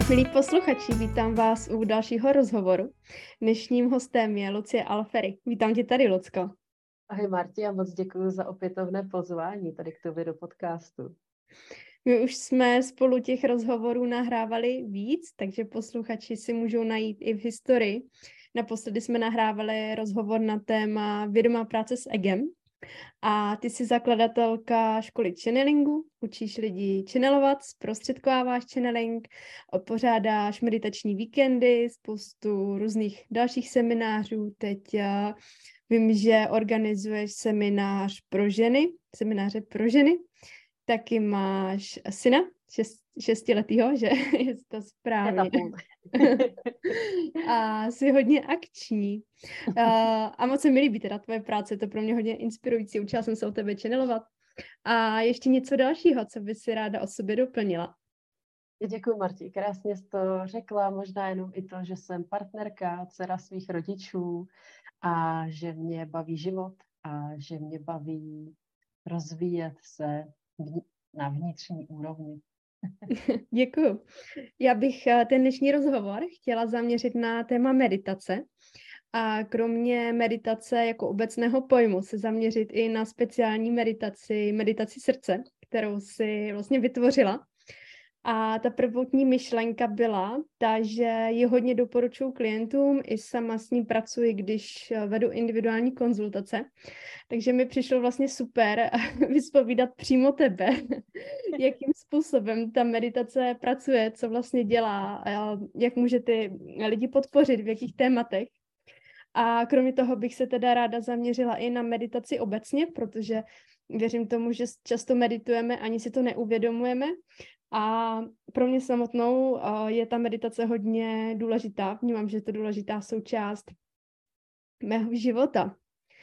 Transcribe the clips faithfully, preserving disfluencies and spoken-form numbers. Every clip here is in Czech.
Milí posluchači, vítám vás u dalšího rozhovoru. Dnešním hostem je Lucie Alferi. Vítám tě tady, Lucko. Ahoj Marti, a moc děkuji za opětovné pozvání tady k tobě do podcastu. My už jsme spolu těch rozhovorů nahrávali víc, takže posluchači si můžou najít i v historii. Naposledy jsme nahrávali rozhovor na téma vědomá práce s egem. A ty jsi zakladatelka školy channelingu, učíš lidi channelovat, zprostředkováváš channeling, pořádáš meditační víkendy, spoustu různých dalších seminářů. Teď uh, vím, že organizuješ seminář pro ženy, semináře pro ženy. Taky máš syna, šest, šestiletýho, že je to správně. A jsi hodně akční. Uh, a moc se mi líbí teda tvoje práce, je to pro mě hodně inspirující. Učila jsem se o tebe channelovat. A ještě něco dalšího, co by si ráda o sobě doplnila. Děkuji, Marti, krásně jsi to řekla, možná jenom i to, že jsem partnerka, dcera svých rodičů a že mě baví život a že mě baví rozvíjet se na vnitřní úrovni. Děkuju. Já bych ten dnešní rozhovor chtěla zaměřit na téma meditace a kromě meditace jako obecného pojmu se zaměřit i na speciální meditaci, meditaci srdce, kterou si vlastně vytvořila. A ta prvotní myšlenka byla ta, že ji hodně doporučuji klientům, i sama s ním pracuji, když vedu individuální konzultace. Takže mi přišlo vlastně super vyspovídat přímo tebe, jakým způsobem ta meditace pracuje, co vlastně dělá, jak může ty lidi podpořit, v jakých tématech. A kromě toho bych se teda ráda zaměřila i na meditaci obecně, protože věřím tomu, že často meditujeme, ani si to neuvědomujeme. A pro mě samotnou je ta meditace hodně důležitá. Vnímám, že je to důležitá součást mého života.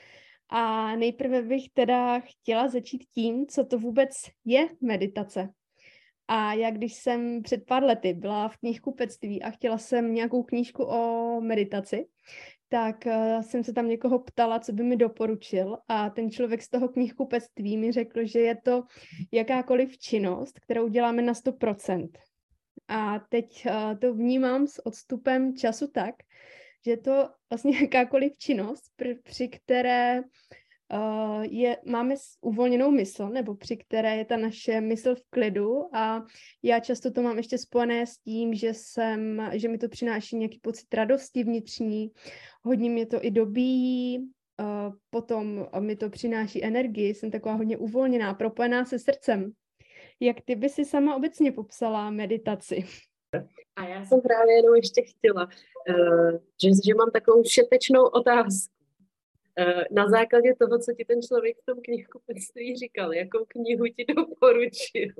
A nejprve bych teda chtěla začít tím, co to vůbec je meditace. A já, když jsem před pár lety byla v knihkupectví a chtěla jsem nějakou knížku o meditaci, tak uh, jsem se tam někoho ptala, co by mi doporučil, a ten člověk z toho knihkupectví mi řekl, že je to jakákoliv činnost, kterou děláme na sto procent. A teď uh, to vnímám s odstupem času tak, že je to vlastně jakákoliv činnost, při, při které uh, je, máme uvolněnou mysl, nebo při které je ta naše mysl v klidu, a já často to mám ještě spojené s tím, že, jsem, že mi to přináší nějaký pocit radosti vnitřní, hodně mě to i dobíjí, uh, potom mi to přináší energii, jsem taková hodně uvolněná, propojená se srdcem. Jak ty by si sama obecně popsala meditaci? A já jsem právě jenom ještě chtěla, uh, že, že mám takovou šetečnou otázku. Uh, na základě toho, co ti ten člověk v tom knihkupectví říkal, jakou knihu ti doporučil.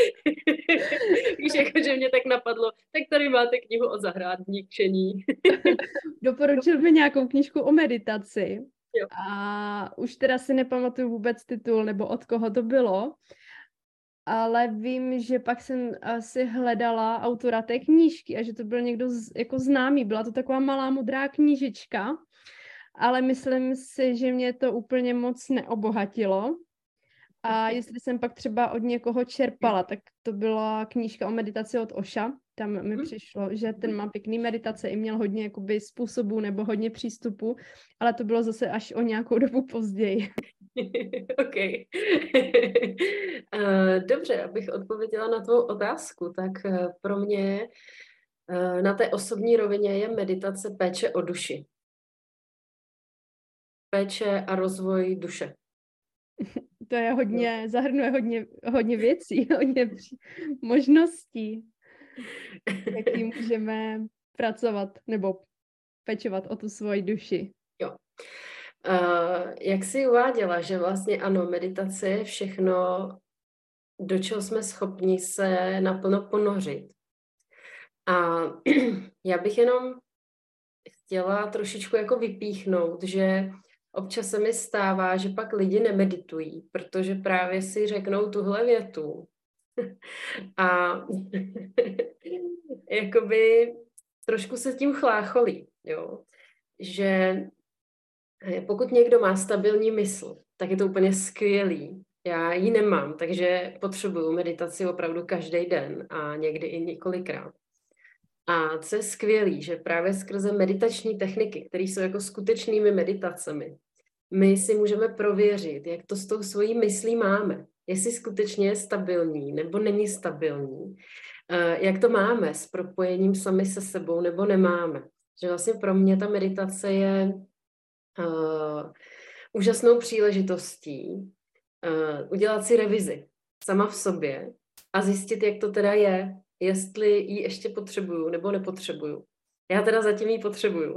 Víš, jako, že mě tak napadlo, tak tady máte knihu o zahrádníčení. Doporučil mi nějakou knížku o meditaci. Jo. A už teda si nepamatuju vůbec titul, nebo od koho to bylo. Ale vím, že pak jsem si hledala autora té knížky a že to byl někdo z, jako známý. Byla to taková malá modrá knížička, ale myslím si, že mě to úplně moc neobohatilo. A jestli jsem pak třeba od někoho čerpala, tak to byla knížka o meditaci od Osha. Tam mi přišlo, že ten má pěkný meditace i měl hodně jakoby způsobů nebo hodně přístupů, ale to bylo zase až o nějakou dobu později. OK. uh, dobře, abych odpověděla na tvou otázku, tak uh, pro mě uh, na té osobní rovině je meditace péče o duši. Péče a rozvoj duše. To je hodně, zahrnuje hodně, hodně věcí, hodně možností, jaký můžeme pracovat nebo pečovat o tu svoji duši. Jo. Uh, jak jsi uváděla, že vlastně ano, meditace je všechno, do čeho jsme schopni se naplno ponořit. A já bych jenom chtěla trošičku jako vypíchnout, že občas se mi stává, že pak lidi nemeditují, protože právě si řeknou tuhle větu. A jakoby trošku se tím chlácholí, jo. Že pokud někdo má stabilní mysl, tak je to úplně skvělý. Já ji nemám, takže potřebuju meditaci opravdu každý den a někdy i několikrát. A co je skvělý, že právě skrze meditační techniky, které jsou jako skutečnými meditacemi, my si můžeme prověřit, jak to s tou svojí myslí máme. Jestli skutečně je stabilní nebo není stabilní. Jak to máme s propojením sami se sebou nebo nemáme. Že vlastně pro mě ta meditace je uh, úžasnou příležitostí uh, udělat si revizi sama v sobě a zjistit, jak to teda je, jestli ji ještě potřebuju nebo nepotřebuju. Já teda zatím ji potřebuju.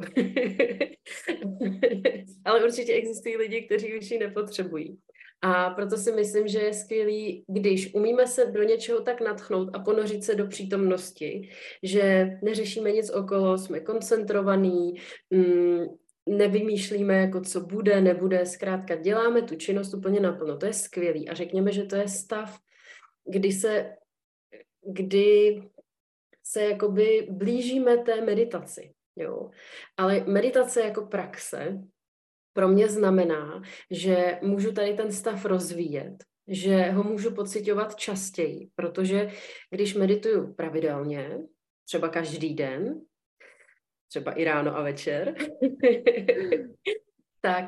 Ale určitě existují lidi, kteří už ji nepotřebují. A proto si myslím, že je skvělý, když umíme se do něčeho tak nadchnout a ponořit se do přítomnosti, že neřešíme nic okolo, jsme koncentrovaní, mm, nevymýšlíme, jako co bude, nebude, zkrátka děláme tu činnost úplně naplno. To je skvělý. A řekněme, že to je stav, kdy se, kdy se jakoby blížíme té meditaci. Jo. Ale meditace jako praxe pro mě znamená, že můžu tady ten stav rozvíjet, že ho můžu pociťovat častěji, protože když medituju pravidelně, třeba každý den, třeba i ráno a večer, tak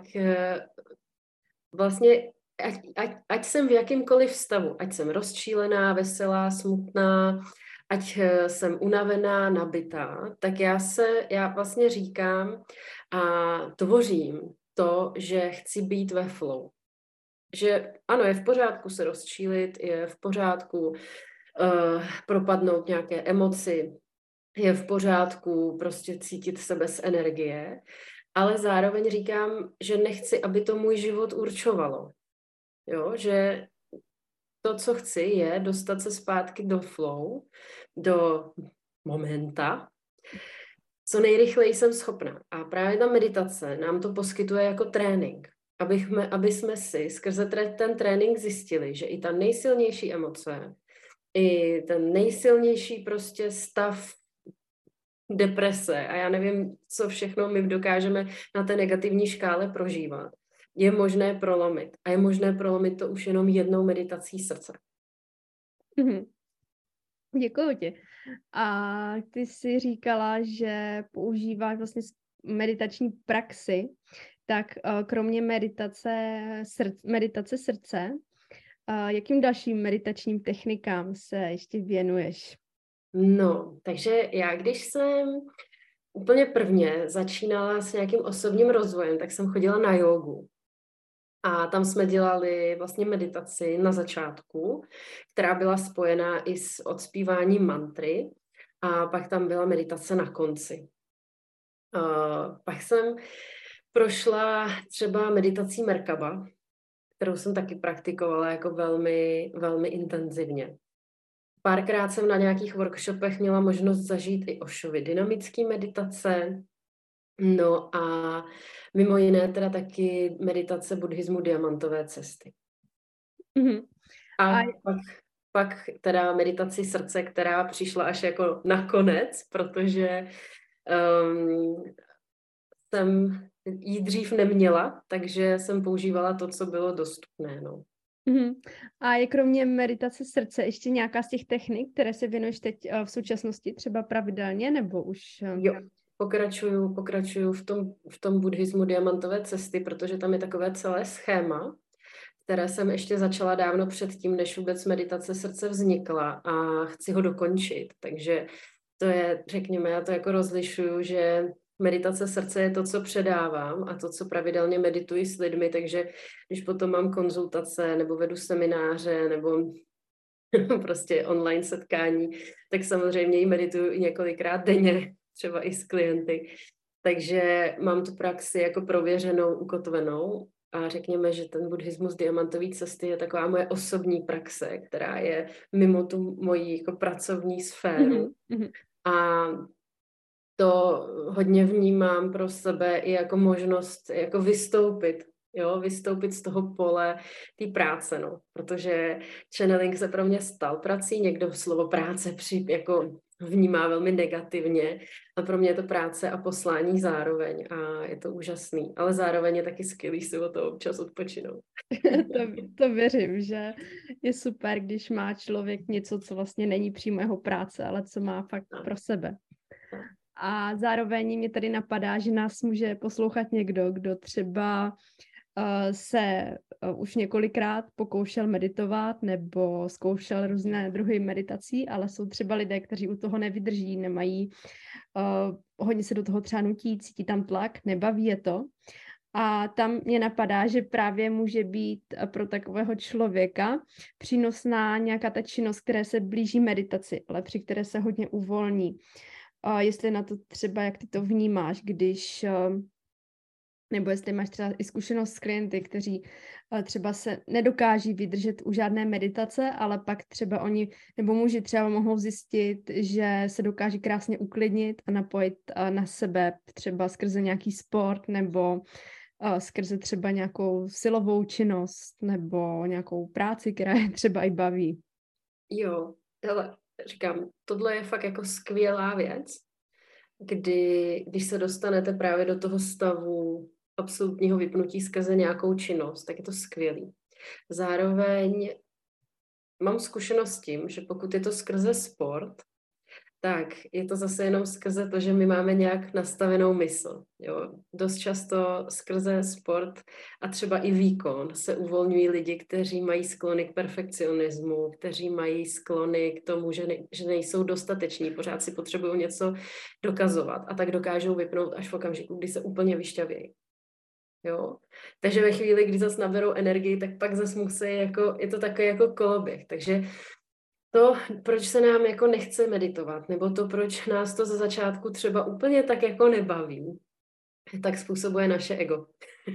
vlastně ať, ať, ať jsem v jakýmkoliv stavu, ať jsem rozčílená, veselá, smutná, ať jsem unavená, nabitá, tak já se, já vlastně říkám a tvořím to, že chci být ve flow. Že ano, je v pořádku se rozčílit, je v pořádku uh, propadnout nějaké emoci, je v pořádku prostě cítit sebe z energie, ale zároveň říkám, že nechci, aby to můj život určovalo. Jo, že to, co chci, je dostat se zpátky do flow, do momenta, co nejrychleji jsem schopná. A právě ta meditace nám to poskytuje jako trénink, abychme, aby jsme si skrze ten trénink zjistili, že i ta nejsilnější emoce, i ten nejsilnější prostě stav deprese a já nevím, co všechno my dokážeme na té negativní škále prožívat, je možné prolomit. A je možné prolomit to už jenom jednou meditací srdce. Mm-hmm. Děkuju ti. A ty jsi říkala, že používáš vlastně meditační praxi, tak kromě meditace, srdce, meditace srdce, jakým dalším meditačním technikám se ještě věnuješ? No, takže já když jsem úplně prvně začínala s nějakým osobním rozvojem, tak jsem chodila na jógu. A tam jsme dělali vlastně meditaci na začátku, která byla spojená i s odspíváním mantry. A pak tam byla meditace na konci. Uh, pak jsem prošla třeba meditací Merkaba, kterou jsem taky praktikovala jako velmi, velmi intenzivně. Párkrát jsem na nějakých workshopech měla možnost zažít i Oshovy dynamické meditace, no a mimo jiné teda taky meditace buddhismu diamantové cesty. Mm-hmm. A, a pak, pak teda meditaci srdce, která přišla až jako nakonec, protože um, jsem jí dřív neměla, takže jsem používala to, co bylo dostupné. No. Mm-hmm. A je kromě meditace srdce ještě nějaká z těch technik, které se věnuješ teď v současnosti třeba pravidelně, nebo už... Jo, pokračuju, pokračuju v tom, v tom buddhismu diamantové cesty, protože tam je takové celé schéma, které jsem ještě začala dávno předtím, než vůbec meditace srdce vznikla a chci ho dokončit. Takže to je, řekněme, já to jako rozlišuju, že meditace srdce je to, co předávám a to, co pravidelně medituji s lidmi, takže když potom mám konzultace nebo vedu semináře nebo prostě online setkání, tak samozřejmě ji medituju i několikrát denně, třeba i s klienty. Takže mám tu praxi jako prověřenou, ukotvenou a řekněme, že ten buddhismus diamantové cesty je taková moje osobní praxe, která je mimo tu moji jako pracovní sféru. Mm-hmm. A to hodně vnímám pro sebe i jako možnost jako vystoupit, jo, vystoupit z toho pole té práce, no, protože channeling se pro mě stal prací, někdo slovo práce při, jako vnímá velmi negativně, a pro mě je to práce a poslání zároveň a je to úžasný, ale zároveň je taky skvělý si o to občas odpočinout. to, to věřím, že je super, když má člověk něco, co vlastně není přímo jeho práce, ale co má fakt no. pro sebe. A zároveň mě tady napadá, že nás může poslouchat někdo, kdo třeba uh, se uh, už několikrát pokoušel meditovat nebo zkoušel různé druhy meditací, ale jsou třeba lidé, kteří u toho nevydrží, nemají, uh, hodně se do toho třeba nutí, cítí tam tlak, nebaví je to. A tam mě napadá, že právě může být pro takového člověka přínosná nějaká ta činnost, které se blíží meditaci, ale při které se hodně uvolní. A jestli na to třeba, jak ty to vnímáš, když, nebo jestli máš třeba i zkušenost s klienty, kteří třeba se nedokáží vydržet u žádné meditace, ale pak třeba oni, nebo muži třeba mohou zjistit, že se dokáží krásně uklidnit a napojit na sebe třeba skrze nějaký sport nebo skrze třeba nějakou silovou činnost nebo nějakou práci, která je třeba i baví. Jo, hele, říkám, tohle je fakt jako skvělá věc, kdy, když se dostanete právě do toho stavu absolutního vypnutí skrze nějakou činnost, tak je to skvělý. Zároveň mám zkušenost s tím, že pokud je to skrze sport, tak je to zase jenom skrze to, že my máme nějak nastavenou mysl. Jo? Dost často skrze sport a třeba i výkon se uvolňují lidi, kteří mají sklony k perfekcionismu, kteří mají sklony k tomu, že, ne, že nejsou dostateční, pořád si potřebují něco dokazovat a tak dokážou vypnout až v okamžiku, kdy se úplně vyšťavějí. Jo? Takže ve chvíli, kdy zase naberou energii, tak pak zase musí, jako, je to takový jako koloběh. Takže to, proč se nám jako nechce meditovat, nebo to, proč nás to ze začátku třeba úplně tak jako nebaví, tak způsobuje naše ego.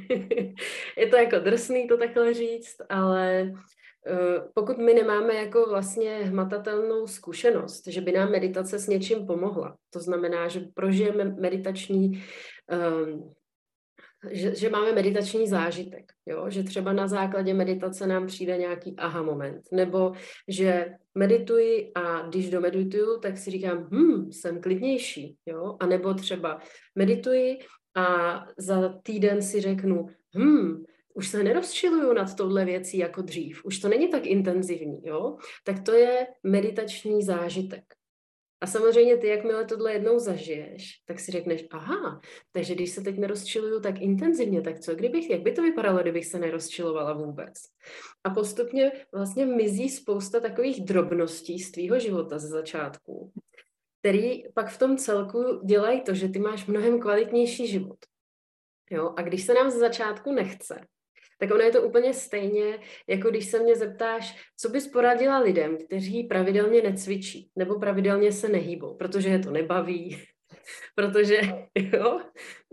Je to jako drsný to takhle říct, ale uh, pokud my nemáme jako vlastně hmatatelnou zkušenost, že by nám meditace s něčím pomohla, to znamená, že prožijeme meditační um, Že, že máme meditační zážitek, jo? Že třeba na základě meditace nám přijde nějaký aha moment, nebo že medituji a když domedituju, tak si říkám, hm, jsem klidnější, jo? A nebo třeba medituji a za týden si řeknu, hm, už se nerozčiluju nad touhle věcí jako dřív, už to není tak intenzivní, jo? Tak to je meditační zážitek. A samozřejmě ty, jakmile tohle jednou zažiješ, tak si řekneš, aha, takže když se teď nerozčiluju tak intenzivně, tak co kdybych, jak by to vypadalo, kdybych se nerozčilovala vůbec? A postupně vlastně mizí spousta takových drobností z tvýho života ze začátku, který pak v tom celku dělají to, že ty máš mnohem kvalitnější život. Jo? A když se nám ze začátku nechce, tak ono je to úplně stejně, jako když se mě zeptáš, co bys poradila lidem, kteří pravidelně necvičí nebo pravidelně se nehýbou, protože je to nebaví, protože jo,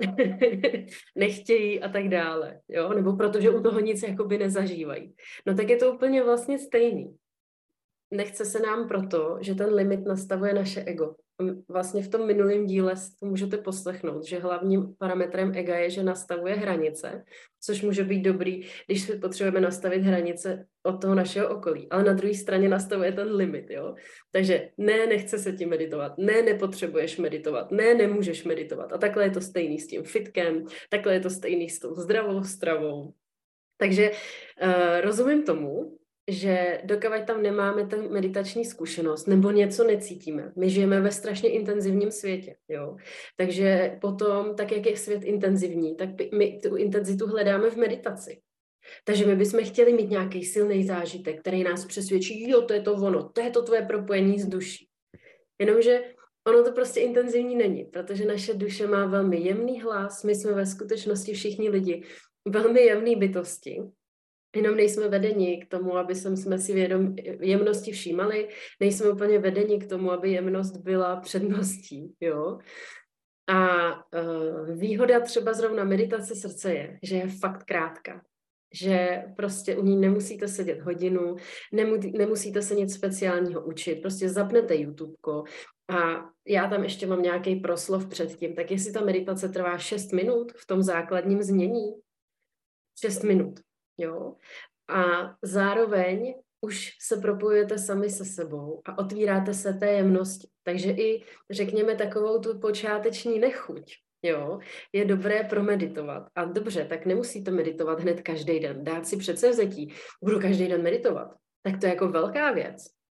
nechtějí a tak dále, jo, nebo protože u toho nic jakoby nezažívají. No tak je to úplně vlastně stejný. Nechce se nám proto, že ten limit nastavuje naše ego. Vlastně v tom minulém díle to můžete poslechnout, že hlavním parametrem ega je, že nastavuje hranice, což může být dobrý, když si potřebujeme nastavit hranice od toho našeho okolí. Ale na druhé straně nastavuje ten limit, jo. Takže ne, nechce se ti meditovat, ne, nepotřebuješ meditovat, ne, nemůžeš meditovat. A takhle je to stejný s tím fitkem, takhle je to stejný s tou zdravou stravou. Takže uh, rozumím tomu, že dokud tam nemáme ten meditační zkušenost nebo něco necítíme. My žijeme ve strašně intenzivním světě, jo. Takže potom, tak jak je svět intenzivní, tak my tu intenzitu hledáme v meditaci. Takže my bychom chtěli mít nějaký silný zážitek, který nás přesvědčí, jo, to je to ono, to je to tvoje propojení s duší. Jenomže ono to prostě intenzivní není, protože naše duše má velmi jemný hlas, my jsme ve skutečnosti všichni lidi velmi jemný bytosti, jenom nejsme vedeni k tomu, aby jsme si vědom, jemnosti všímali, nejsme úplně vedeni k tomu, aby jemnost byla předností, jo. A uh, výhoda třeba zrovna meditace srdce je, že je fakt krátká, že prostě u ní nemusíte sedět hodinu, nemusíte se nic speciálního učit, prostě zapnete YouTubeko a já tam ještě mám nějaký proslov předtím, tak jestli ta meditace trvá šest minut v tom základním znění, šest minut. Jo? A zároveň už se propojujete sami se sebou a otvíráte se té jemnosti. Takže i, řekněme, takovou tu počáteční nechuť, jo, je dobré promeditovat. A dobře, tak nemusíte meditovat hned každý den. Dát si předsevzetí, budu každý den meditovat. Tak to je jako velká věc.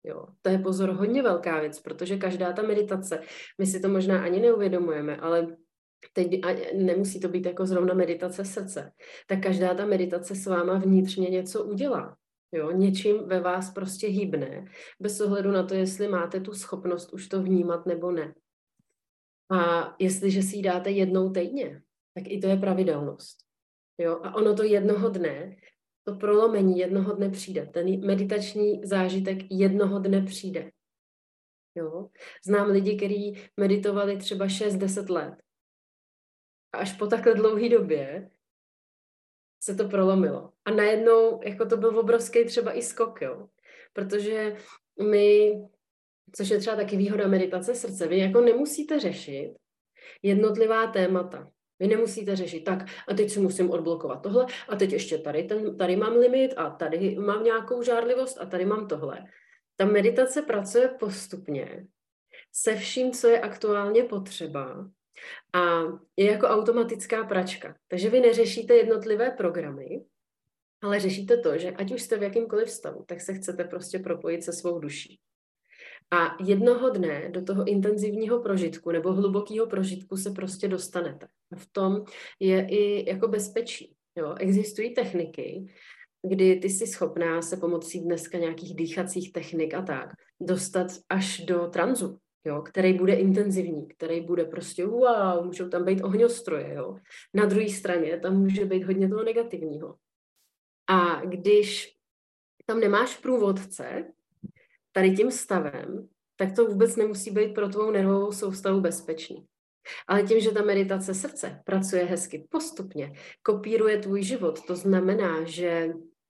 Jo, to je pozor hodně velká věc, protože každá ta meditace, my si to možná ani neuvědomujeme, ale teď a nemusí to být jako zrovna meditace srdce, tak každá ta meditace s váma vnitřně něco udělá. Jo, něčím ve vás prostě hýbne, bez ohledu na to, jestli máte tu schopnost už to vnímat nebo ne. A jestliže si ji dáte jednou týdně, tak i to je pravidelnost. Jo, a ono to jednoho dne, to prolomení jednoho dne přijde. Ten meditační zážitek jednoho dne přijde. Jo. Znám lidi, kteří meditovali třeba šest deset let. A až po takhle dlouhé době se to prolomilo. A najednou, jako to byl obrovský třeba i skok, jo. Protože my, což je třeba taky výhoda meditace srdce, vy jako nemusíte řešit jednotlivá témata. Vy nemusíte řešit, tak a teď si musím odblokovat tohle a teď ještě tady, ten, tady mám limit a tady mám nějakou žárlivost a tady mám tohle. Ta meditace pracuje postupně se vším, co je aktuálně potřeba a je jako automatická pračka. Takže vy neřešíte jednotlivé programy, ale řešíte to, že ať už jste v jakýmkoliv stavu, tak se chcete prostě propojit se svou duší. A jednoho dne do toho intenzivního prožitku nebo hlubokého prožitku se prostě dostanete. A v tom je i jako bezpečí. Jo? Existují techniky, kdy ty jsi schopná se pomocí dneska nějakých dýchacích technik a tak dostat až do tranzu, jo? Který bude intenzivní, který bude prostě wow, můžou tam být ohňostroje. Jo? Na druhé straně tam může být hodně toho negativního. A když tam nemáš průvodce, tady tím stavem, tak to vůbec nemusí být pro tvou nervovou soustavu bezpečný. Ale tím, že ta meditace srdce pracuje hezky postupně, kopíruje tvůj život, to znamená, že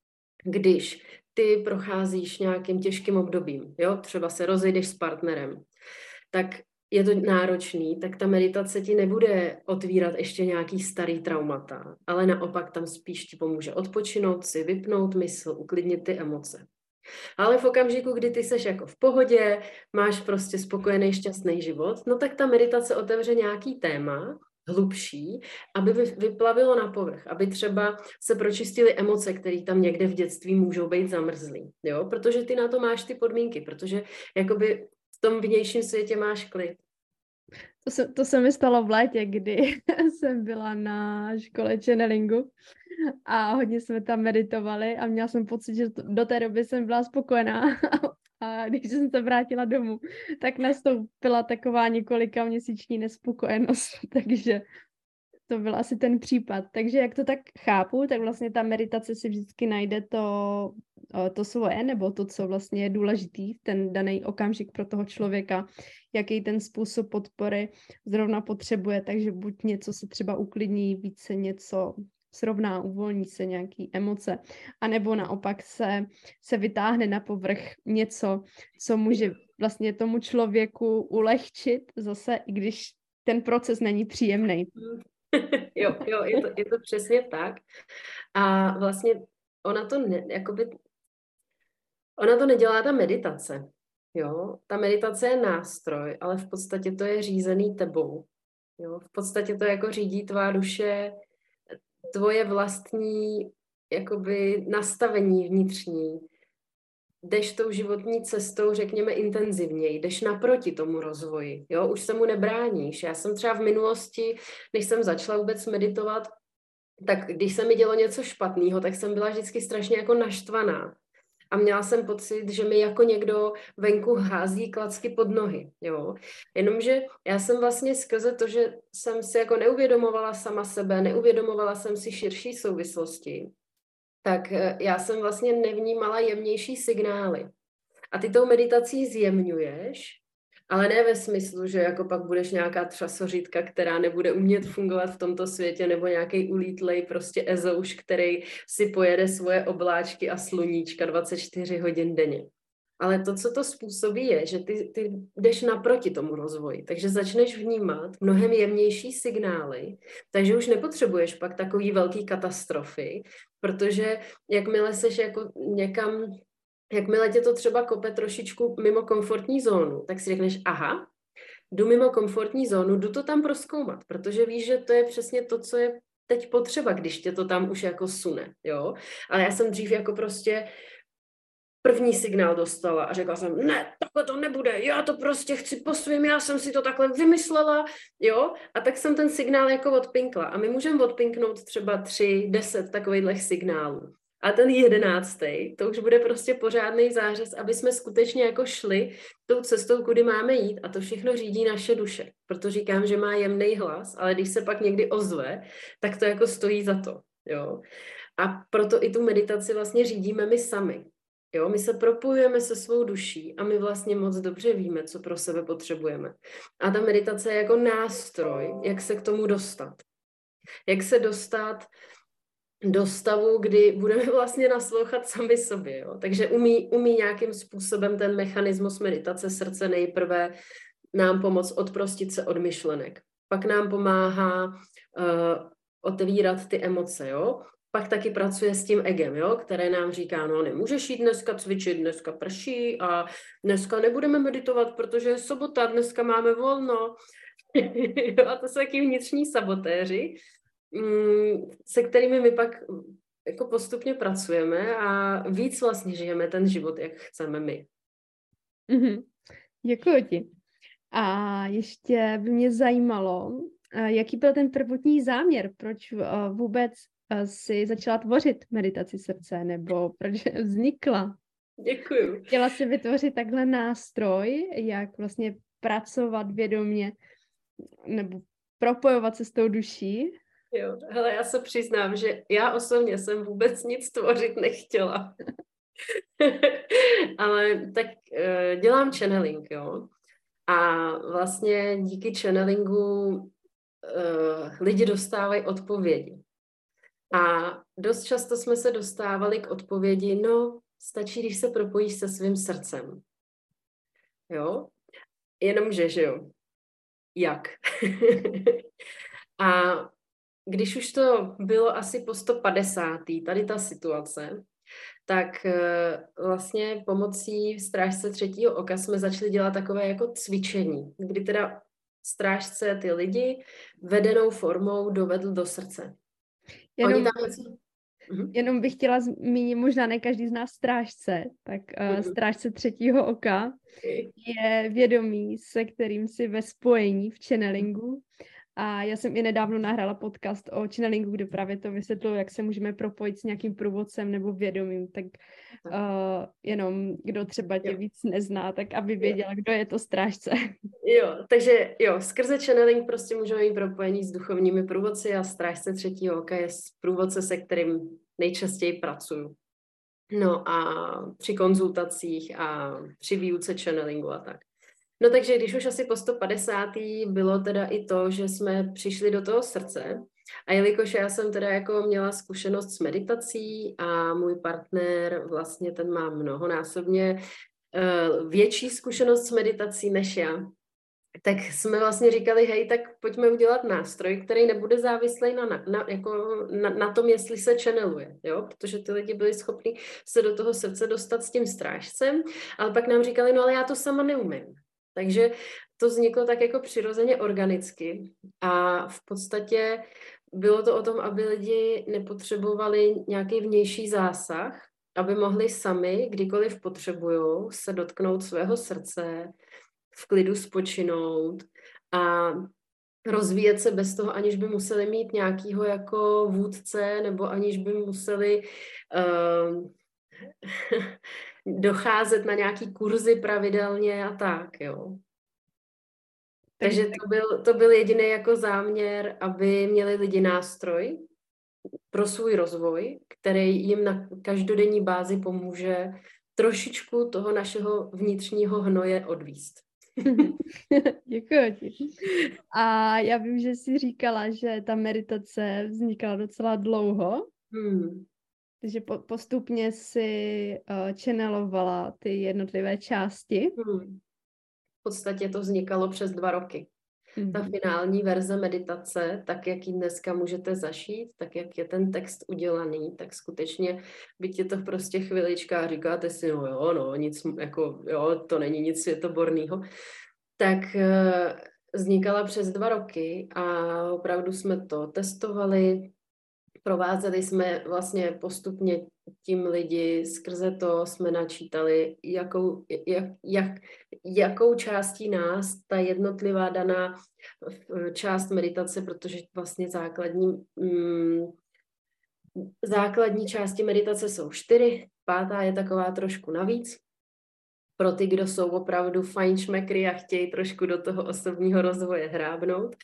když ty procházíš nějakým těžkým obdobím, jo, třeba se rozejdeš s partnerem, tak je to náročný, tak ta meditace ti nebude otvírat ještě nějaký starý traumata, ale naopak tam spíš ti pomůže odpočinout si, vypnout mysl, uklidnit ty emoce. Ale v okamžiku, kdy ty seš jako v pohodě, máš prostě spokojený, šťastný život, no tak ta meditace otevře nějaký téma, hlubší, aby vyplavilo na povrch, aby třeba se pročistily emoce, které tam někde v dětství můžou být zamrzlý, jo, protože ty na to máš ty podmínky, protože jakoby v tom vnějším světě máš klid. To se, to se mi stalo v létě, kdy jsem byla na škole channelingu a hodně jsme tam meditovali a měla jsem pocit, že do té doby jsem byla spokojená a když jsem se vrátila domů, tak nastoupila taková několika měsíční nespokojenost, takže to byl asi ten případ. Takže jak to tak chápu, tak vlastně ta meditace si vždycky najde to, to svoje, nebo to, co vlastně je důležitý v ten daný okamžik pro toho člověka, jaký ten způsob podpory zrovna potřebuje, takže buď něco se třeba uklidní, více něco srovná, uvolní se nějaký emoce, anebo naopak se, se vytáhne na povrch něco, co může vlastně tomu člověku ulehčit zase, i když ten proces není příjemný. Jo, jo, je to, je to přesně tak. A vlastně ona to, ne, jakoby, ona to nedělá ta meditace. Jo? Ta meditace je nástroj, ale v podstatě to je řízený tebou. Jo? V podstatě to jako řídí tvá duše, tvoje vlastní jakoby nastavení vnitřní. Jdeš tou životní cestou, řekněme, intenzivněji, jdeš naproti tomu rozvoji, jo, už se mu nebráníš. Já jsem třeba v minulosti, než jsem začala vůbec meditovat, tak když se mi dělo něco špatného, tak jsem byla vždycky strašně jako naštvaná. A měla jsem pocit, že mi jako někdo venku hází klacky pod nohy, jo. Jenomže já jsem vlastně skrze to, že jsem si jako neuvědomovala sama sebe, neuvědomovala jsem si širší souvislosti, tak já jsem vlastně nevnímala jemnější signály. A ty tou meditací zjemňuješ, ale ne ve smyslu, že jako pak budeš nějaká třasořítka, která nebude umět fungovat v tomto světě, nebo nějaký ulítlej prostě ezouš, který si pojede svoje obláčky a sluníčka dvacet čtyři hodin denně. Ale to, co to způsobí, je, že ty, ty jdeš naproti tomu rozvoji, takže začneš vnímat mnohem jemnější signály, takže už nepotřebuješ pak takový velký katastrofy, protože jakmile seš jako někam, jakmile tě to třeba kope trošičku mimo komfortní zónu, tak si řekneš, aha, jdu mimo komfortní zónu, jdu to tam prozkoumat, protože víš, že to je přesně to, co je teď potřeba, když tě to tam už jako sune, jo. Ale já jsem dřív jako prostě první signál dostala a řekla jsem, ne, takhle to nebude, já to prostě chci po svým, já jsem si to takhle vymyslela, jo, a tak jsem ten signál jako odpinkla a my můžeme odpinknout třeba tři, deset takovýchhle signálů. A ten jedenáctý, to už bude prostě pořádný zářez, aby jsme skutečně jako šli tou cestou, kudy máme jít a to všechno řídí naše duše. Proto říkám, že má jemný hlas, ale když se pak někdy ozve, tak to jako stojí za to, jo. A proto i tu meditaci vlastně řídíme my sami. Jo, my se propojujeme se svou duší a my vlastně moc dobře víme, co pro sebe potřebujeme. A ta meditace je jako nástroj, jak se k tomu dostat. Jak se dostat do stavu, kdy budeme vlastně naslouchat sami sobě. Jo? Takže umí, umí nějakým způsobem ten mechanismus meditace srdce nejprve nám pomoct odprostit se od myšlenek. Pak nám pomáhá uh, otevírat ty emoce, jo? Pak taky pracuje s tím egem, jo, které nám říká, no nemůžeš jít dneska cvičit, dneska prší a dneska nebudeme meditovat, protože je sobota, dneska máme volno. Jo, a to jsou taky vnitřní sabotéři, se kterými my pak jako postupně pracujeme a víc vlastně žijeme ten život, jak chceme my. Mm-hmm. Děkuji ti. A ještě by mě zajímalo, jaký byl ten prvotní záměr, proč vůbec si začala tvořit meditaci srdce, nebo proč vznikla? Děkuju. Chtěla si vytvořit takhle nástroj, jak vlastně pracovat vědomě, nebo propojovat se s tou duší? Jo, hele, já se přiznám, že já osobně jsem vůbec nic tvořit nechtěla. Ale tak uh, dělám channeling, jo. A vlastně díky channelingu uh, lidi dostávají odpovědi. A dost často jsme se dostávali k odpovědi, no, stačí, když se propojíš se svým srdcem. Jo? Jenomže, že jo? Jak? A když už to bylo asi po sto padesátý, tady ta situace, tak vlastně pomocí strážce třetího oka jsme začali dělat takové jako cvičení, kdy teda strážce ty lidi vedenou formou dovedl do srce. Jenom, jenom bych chtěla zmínit, možná ne každý z nás strážce, tak uh, strážce třetího oka je vědomí, se kterým si ve spojení v channelingu. A já jsem i nedávno nahrála podcast o channelingu, kde právě to vysvětlilo, jak se můžeme propojit s nějakým průvodcem nebo vědomím, tak uh, jenom kdo třeba tě jo. víc nezná, tak aby věděla, jo. kdo je to strážce. Jo, takže jo, skrze channeling prostě můžeme mít propojení s duchovními průvodci a strážce třetího oka je průvodce, se kterým nejčastěji pracuju. No a při konzultacích a při výuce channelingu a tak. No takže když už asi po sto padesátý bylo teda i to, že jsme přišli do toho srdce a jelikož já jsem teda jako měla zkušenost s meditací a můj partner vlastně ten má mnohonásobně uh, větší zkušenost s meditací než já, tak jsme vlastně říkali, hej, tak pojďme udělat nástroj, který nebude závislý na, na, jako na, na tom, jestli se channeluje, jo? Protože ty lidi byli schopni se do toho srdce dostat s tím strážcem, ale pak nám říkali, no ale já to sama neumím. Takže to vzniklo tak jako přirozeně organicky a v podstatě bylo to o tom, aby lidi nepotřebovali nějaký vnější zásah, aby mohli sami, kdykoliv potřebujou, se dotknout svého srdce, v klidu spočinout a rozvíjet se bez toho, aniž by museli mít nějakýho jako vůdce, nebo aniž by museli uh, docházet na nějaký kurzy pravidelně a tak, jo. Takže to byl, to byl jediný jako záměr, aby měli lidi nástroj pro svůj rozvoj, který jim na každodenní bázi pomůže trošičku toho našeho vnitřního hnoje odvíst. Děkuji ti. A já vím, že jsi říkala, že ta meditace vznikala docela dlouho. Hmm. Takže po, postupně si uh, channelovala ty jednotlivé části. Hmm. V podstatě to vznikalo přes dva roky. Mm-hmm. Ta finální verze meditace, tak jak ji dneska můžete zašít, tak jak je ten text udělaný, tak skutečně byť je to prostě chvilička a říkáte si, no jo, no, nic, jako, jo, to není nic světoborného, tak uh, vznikala přes dva roky a opravdu jsme to testovali, provázeli jsme vlastně postupně tím lidi, skrze to jsme načítali, jakou, jak, jak, jakou částí nás ta jednotlivá daná část meditace, protože vlastně základní, mm, základní části meditace jsou čtyři, pátá je taková trošku navíc. Pro ty, kdo jsou opravdu fajnšmekry a chtějí trošku do toho osobního rozvoje hrábnout.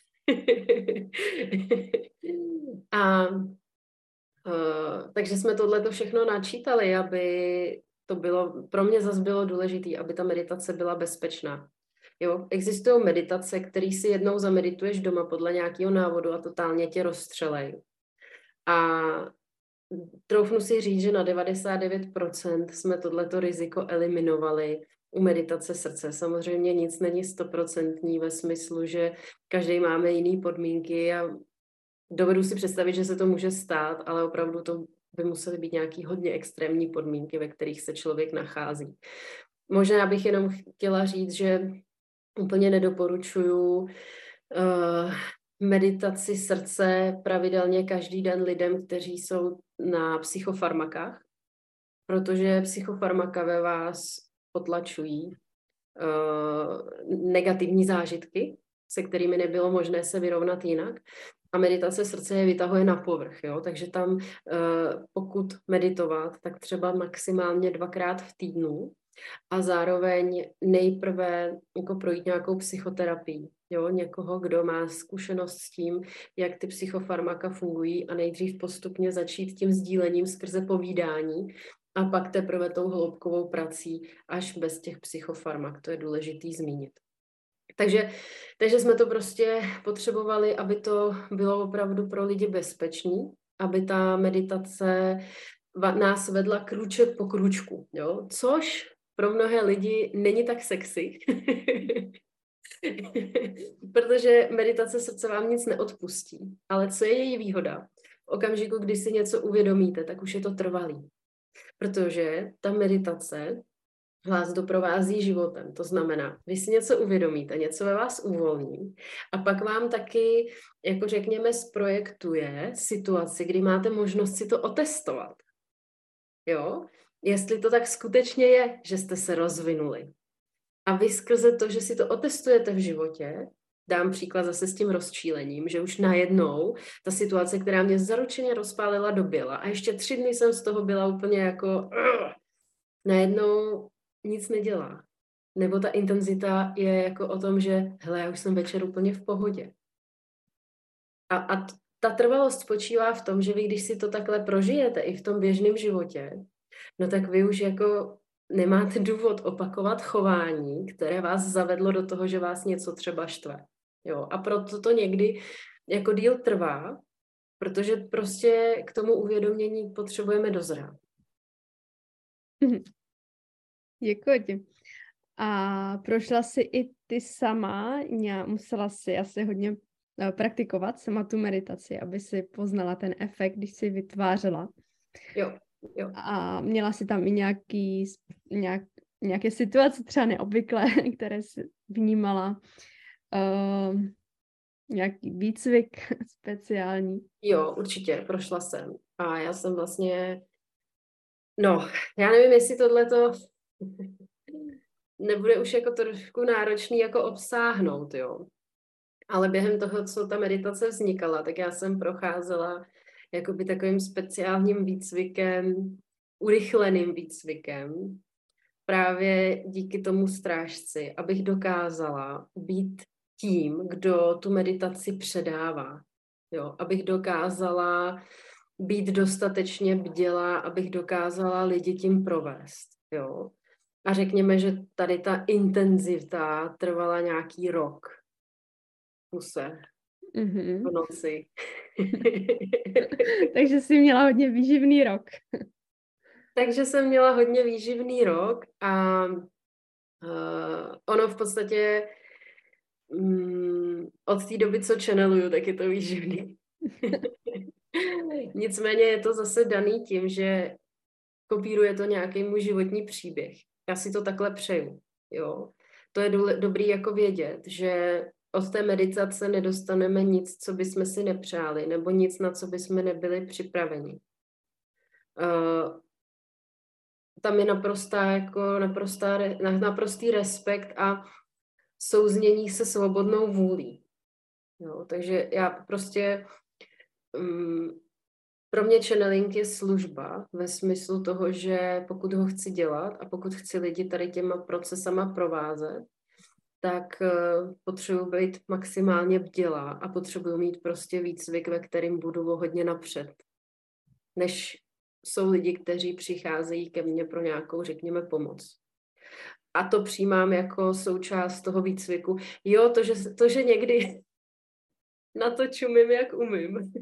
a Uh, takže jsme tohleto všechno načítali, aby to bylo, pro mě zase bylo důležité, aby ta meditace byla bezpečná. Jo, existují meditace, které si jednou zamedituješ doma podle nějakého návodu a totálně tě rozstřelej. A troufnu si říct, že na devadesát devět procent jsme tohleto riziko eliminovali u meditace srdce. Samozřejmě nic není stoprocentní ve smyslu, že každý máme jiný podmínky a dovedu si představit, že se to může stát, ale opravdu to by musely být nějaký hodně extrémní podmínky, ve kterých se člověk nachází. Možná bych jenom chtěla říct, že úplně nedoporučuju uh, meditaci srdce pravidelně každý den lidem, kteří jsou na psychofarmakách, protože psychofarmaka ve vás potlačují uh, negativní zážitky, se kterými nebylo možné se vyrovnat jinak. A meditace srdce je vytahuje na povrch, jo? Takže tam pokud meditovat, tak třeba maximálně dvakrát v týdnu a zároveň nejprve jako projít nějakou psychoterapii, jo? Někoho, kdo má zkušenost s tím, jak ty psychofarmaka fungují a nejdřív postupně začít tím sdílením skrze povídání a pak teprve tou hloubkovou prací až bez těch psychofarmak, to je důležitý zmínit. Takže, takže jsme to prostě potřebovali, aby to bylo opravdu pro lidi bezpečný, aby ta meditace nás vedla krůček po krůčku, jo? Což pro mnohé lidi není tak sexy, protože meditace srdce vám nic neodpustí. Ale co je její výhoda? V okamžiku, kdy si něco uvědomíte, tak už je to trvalý. Protože ta meditace vás doprovází životem. To znamená, vy si něco uvědomíte, něco ve vás uvolní a pak vám taky, jako řekněme, zprojektuje situaci, kdy máte možnost si to otestovat. Jo? Jestli to tak skutečně je, že jste se rozvinuli. A vy skrze to, že si to otestujete v životě, dám příklad zase s tím rozčílením, že už najednou ta situace, která mě zaručeně rozpálila, doběla a ještě tři dny jsem z toho byla úplně jako uh, najednou nic nedělá. Nebo ta intenzita je jako o tom, že hele, já už jsem večer úplně v pohodě. A, a t- ta trvalost spočívá v tom, že vy, když si to takhle prožijete i v tom běžném životě, no tak vy už jako nemáte důvod opakovat chování, které vás zavedlo do toho, že vás něco třeba štve. Jo? A proto to někdy jako díl trvá, protože prostě k tomu uvědomění potřebujeme dozrát. Děkuji ti. A prošla jsi i ty sama, musela si asi hodně praktikovat sama tu meditaci, aby si poznala ten efekt, když si vytvářela. Jo, jo. A měla si tam i nějaký, nějak, nějaké situace třeba neobvyklé, které jsi vnímala, uh, nějaký výcvik speciální. Jo, určitě, prošla jsem. A já jsem vlastně, no, já nevím, jestli tohleto nebude už jako trošku náročný jako obsáhnout, jo. Ale během toho, co ta meditace vznikala, tak já jsem procházela jakoby takovým speciálním výcvikem, urychleným výcvikem, právě díky tomu strážci, abych dokázala být tím, kdo tu meditaci předává. Jo, abych dokázala být dostatečně bdělá, abych dokázala lidi tím provést. Jo. A řekněme, že tady ta intenzita trvala nějaký rok. Kuse. Mm-hmm. V noci. Takže jsi měla hodně výživný rok. Takže jsem měla hodně výživný rok a uh, ono v podstatě um, od té doby, co channeluju, tak je to výživný. Nicméně je to zase daný tím, že kopíruje to nějaký můj životní příběh. Já si to takhle přeju. Jo? To je důle, dobrý jako vědět, že od té meditace nedostaneme nic, co bychom si nepřáli, nebo nic, na co bychom nebyli připraveni. Uh, tam je naprostá, jako naprostá, naprostý respekt a souznění se svobodnou vůlí. Jo, takže já prostě, um, pro mě channeling je služba ve smyslu toho, že pokud ho chci dělat a pokud chci lidi tady těma procesama provázet, tak uh, potřebuji být maximálně bdělá a potřebuji mít prostě výcvik, ve kterým budu o hodně napřed, než jsou lidi, kteří přicházejí ke mně pro nějakou, řekněme, pomoc. A to přijímám jako součást toho výcviku. Jo, to, že, to, že někdy na to čumím, jak umím.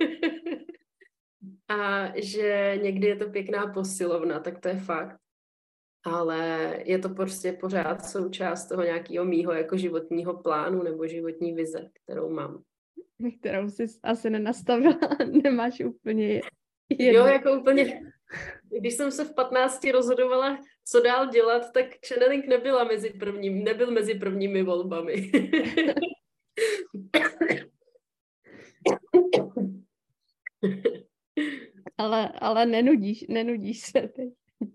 A že někdy je to pěkná posilovna, tak to je fakt. Ale je to prostě pořád součást toho nějakého mýho jako životního plánu nebo životní vize, kterou mám. Kterou jsi asi nenastavila, nemáš úplně jedno. Jo, jako úplně, když jsem se v patnácti rozhodovala, co dál dělat, tak channeling nebyla mezi prvním, nebyl mezi prvními volbami. ale, ale nenudíš, nenudíš se teď.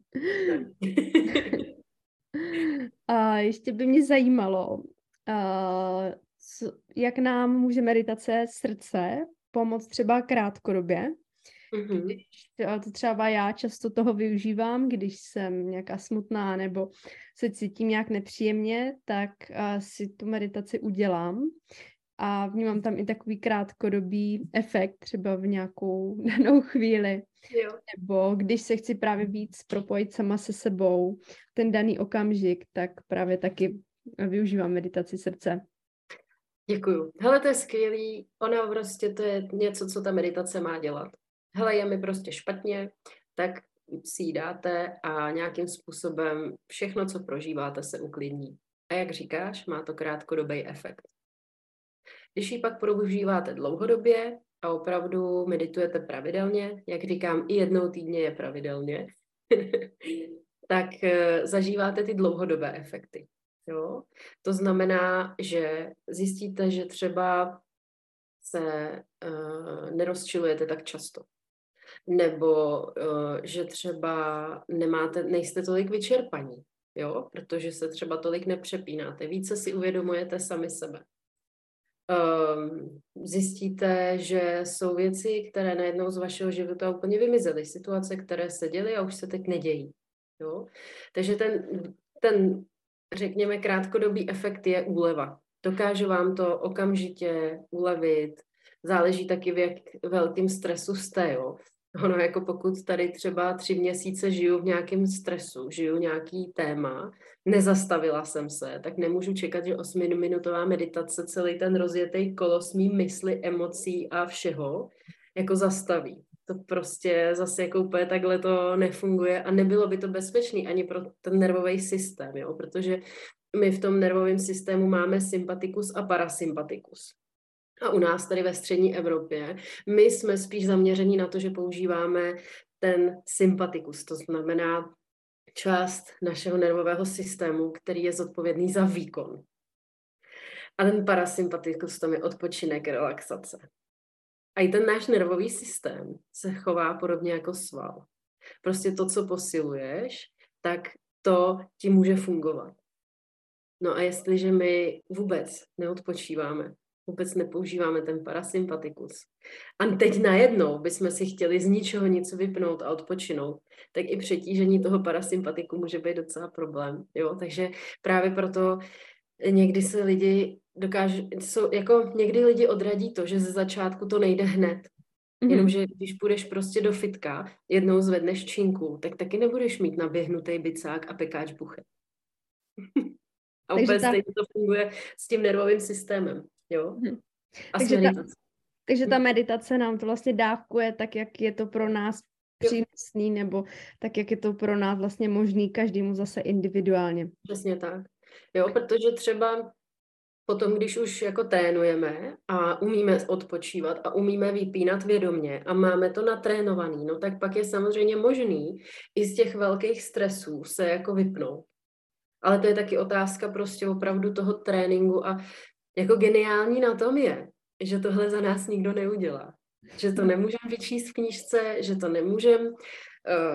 A ještě by mě zajímalo, uh, co, jak nám může meditace srdce pomoct třeba krátkodobě. Mm-hmm. Když to třeba já často toho využívám, když jsem nějaká smutná nebo se cítím nějak nepříjemně, tak uh, si tu meditaci udělám a vnímám tam i takový krátkodobý efekt třeba v nějakou danou chvíli. Jo. Nebo když se chci právě víc propojit sama se sebou, ten daný okamžik, tak právě taky využívám meditaci srdce. Děkuju. Hele, to je skvělý. Ona prostě to je něco, co ta meditace má dělat. Hele, je mi prostě špatně, tak si ji dáte a nějakým způsobem všechno, co prožíváte, se uklidní. A jak říkáš, má to krátkodobý efekt. Když ji pak používáte dlouhodobě a opravdu meditujete pravidelně, jak říkám, i jednou týdně je pravidelně, tak zažíváte ty dlouhodobé efekty. Jo? To znamená, že zjistíte, že třeba se uh, nerozčilujete tak často. Nebo uh, že třeba nemáte, nejste tolik vyčerpaní, jo? Protože se třeba tolik nepřepínáte. Více si uvědomujete sami sebe. Um, zjistíte, že jsou věci, které najednou z vašeho života úplně vymizely. Situace, které se děly a už se teď nedějí. Jo? Takže ten, ten, řekněme, krátkodobý efekt je úleva. Dokážu vám to okamžitě ulevit. Záleží taky, v jak velkým stresu jste. Jo? Ono, jako pokud tady třeba tři měsíce žiju v nějakém stresu, žiju nějaký téma, nezastavila jsem se, tak nemůžu čekat, že osmiminutová meditace celý ten rozjetý kolos mý mysli, emocí a všeho jako zastaví. To prostě zase jako úplně takhle to nefunguje a nebylo by to bezpečný ani pro ten nervový systém, jo? Protože my v tom nervovém systému máme sympatikus a parasympatikus. A u nás tady ve střední Evropě my jsme spíš zaměření na to, že používáme ten sympatikus, to znamená část našeho nervového systému, který je zodpovědný za výkon. A ten parasympatikus tam je odpočinek, relaxace. A i ten náš nervový systém se chová podobně jako sval. Prostě to, co posiluješ, tak to ti může fungovat. No a jestliže my vůbec neodpočíváme, vůbec nepoužíváme ten parasympatikus. A teď najednou bychom si chtěli z ničeho nic vypnout a odpočinout, tak i přetížení toho parasympatiku může být docela problém. Jo? Takže právě proto někdy se lidi dokážou, jsou, jako někdy lidi odradí to, že ze začátku to nejde hned. Mm-hmm. Jenomže když půjdeš prostě do fitka, jednou zvedneš činku, tak taky nebudeš mít naběhnutý bicák a pekáč buchet. A úplně ta... stejně to funguje s tím nervovým systémem. Jo? Hmm. A takže, ta, takže ta meditace nám to vlastně dávkuje tak, jak je to pro nás přínosný, nebo tak, jak je to pro nás vlastně možný každému zase individuálně. Přesně tak. Jo, protože třeba potom, když už jako trénujeme a umíme odpočívat a umíme vypínat vědomě a máme to natrénovaný, no tak pak je samozřejmě možný i z těch velkých stresů se jako vypnout. Ale to je taky otázka prostě opravdu toho tréninku a jako geniální na tom je, že tohle za nás nikdo neudělá. Že to nemůžeme vyčíst v knížce, že to nemůžeme uh,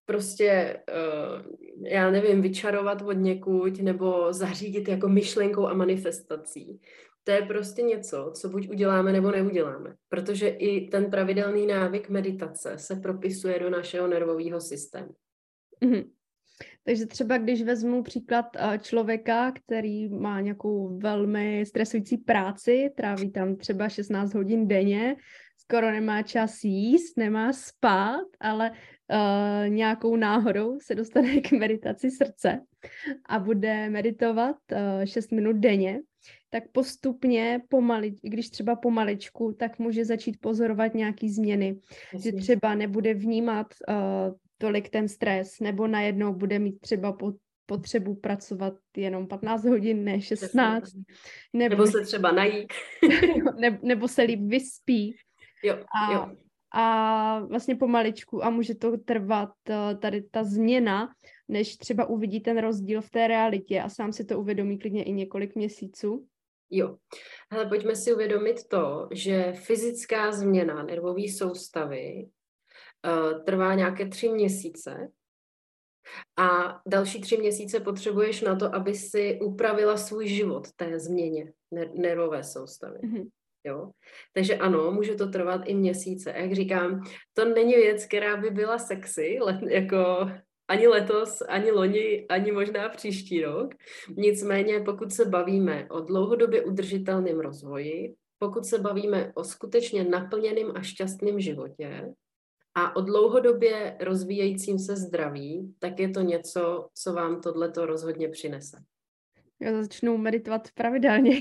prostě, uh, já nevím, vyčarovat od někud nebo zařídit jako myšlenkou a manifestací. To je prostě něco, co buď uděláme, nebo neuděláme. Protože i ten pravidelný návyk meditace se propisuje do našeho nervového systému. Mm-hmm. Takže třeba když vezmu příklad člověka, který má nějakou velmi stresující práci, tráví tam třeba šestnáct hodin denně, skoro nemá čas jíst, nemá spát, ale uh, nějakou náhodou se dostane k meditaci srdce a bude meditovat uh, šest minut denně, tak postupně, pomali, i když třeba pomaličku, tak může začít pozorovat nějaký změny. Jasně. Že třeba nebude vnímat uh, tolik ten stres, nebo najednou bude mít třeba potřebu pracovat jenom patnáct hodin, ne šestnáct. Nebo, nebo se třeba najít. ne, nebo se líp vyspí. Jo, a, jo. a vlastně pomaličku a může to trvat tady ta změna, než třeba uvidí ten rozdíl v té realitě a sám si to uvědomí klidně i několik měsíců. Jo. Hele, pojďme si uvědomit to, že fyzická změna nervové soustavy uh, trvá nějaké tři měsíce a další tři měsíce potřebuješ na to, aby si upravila svůj život té změně ner- nervové soustavy. Mm-hmm. Jo? Takže ano, může to trvat i měsíce. Jak říkám, to není věc, která by byla sexy, let, jako ani letos, ani loni, ani možná příští rok. Nicméně, pokud se bavíme o dlouhodobě udržitelném rozvoji, pokud se bavíme o skutečně naplněném a šťastném životě a o dlouhodobě rozvíjejícím se zdraví, tak je to něco, co vám tohleto rozhodně přinese. Já začnu meditovat pravidelně.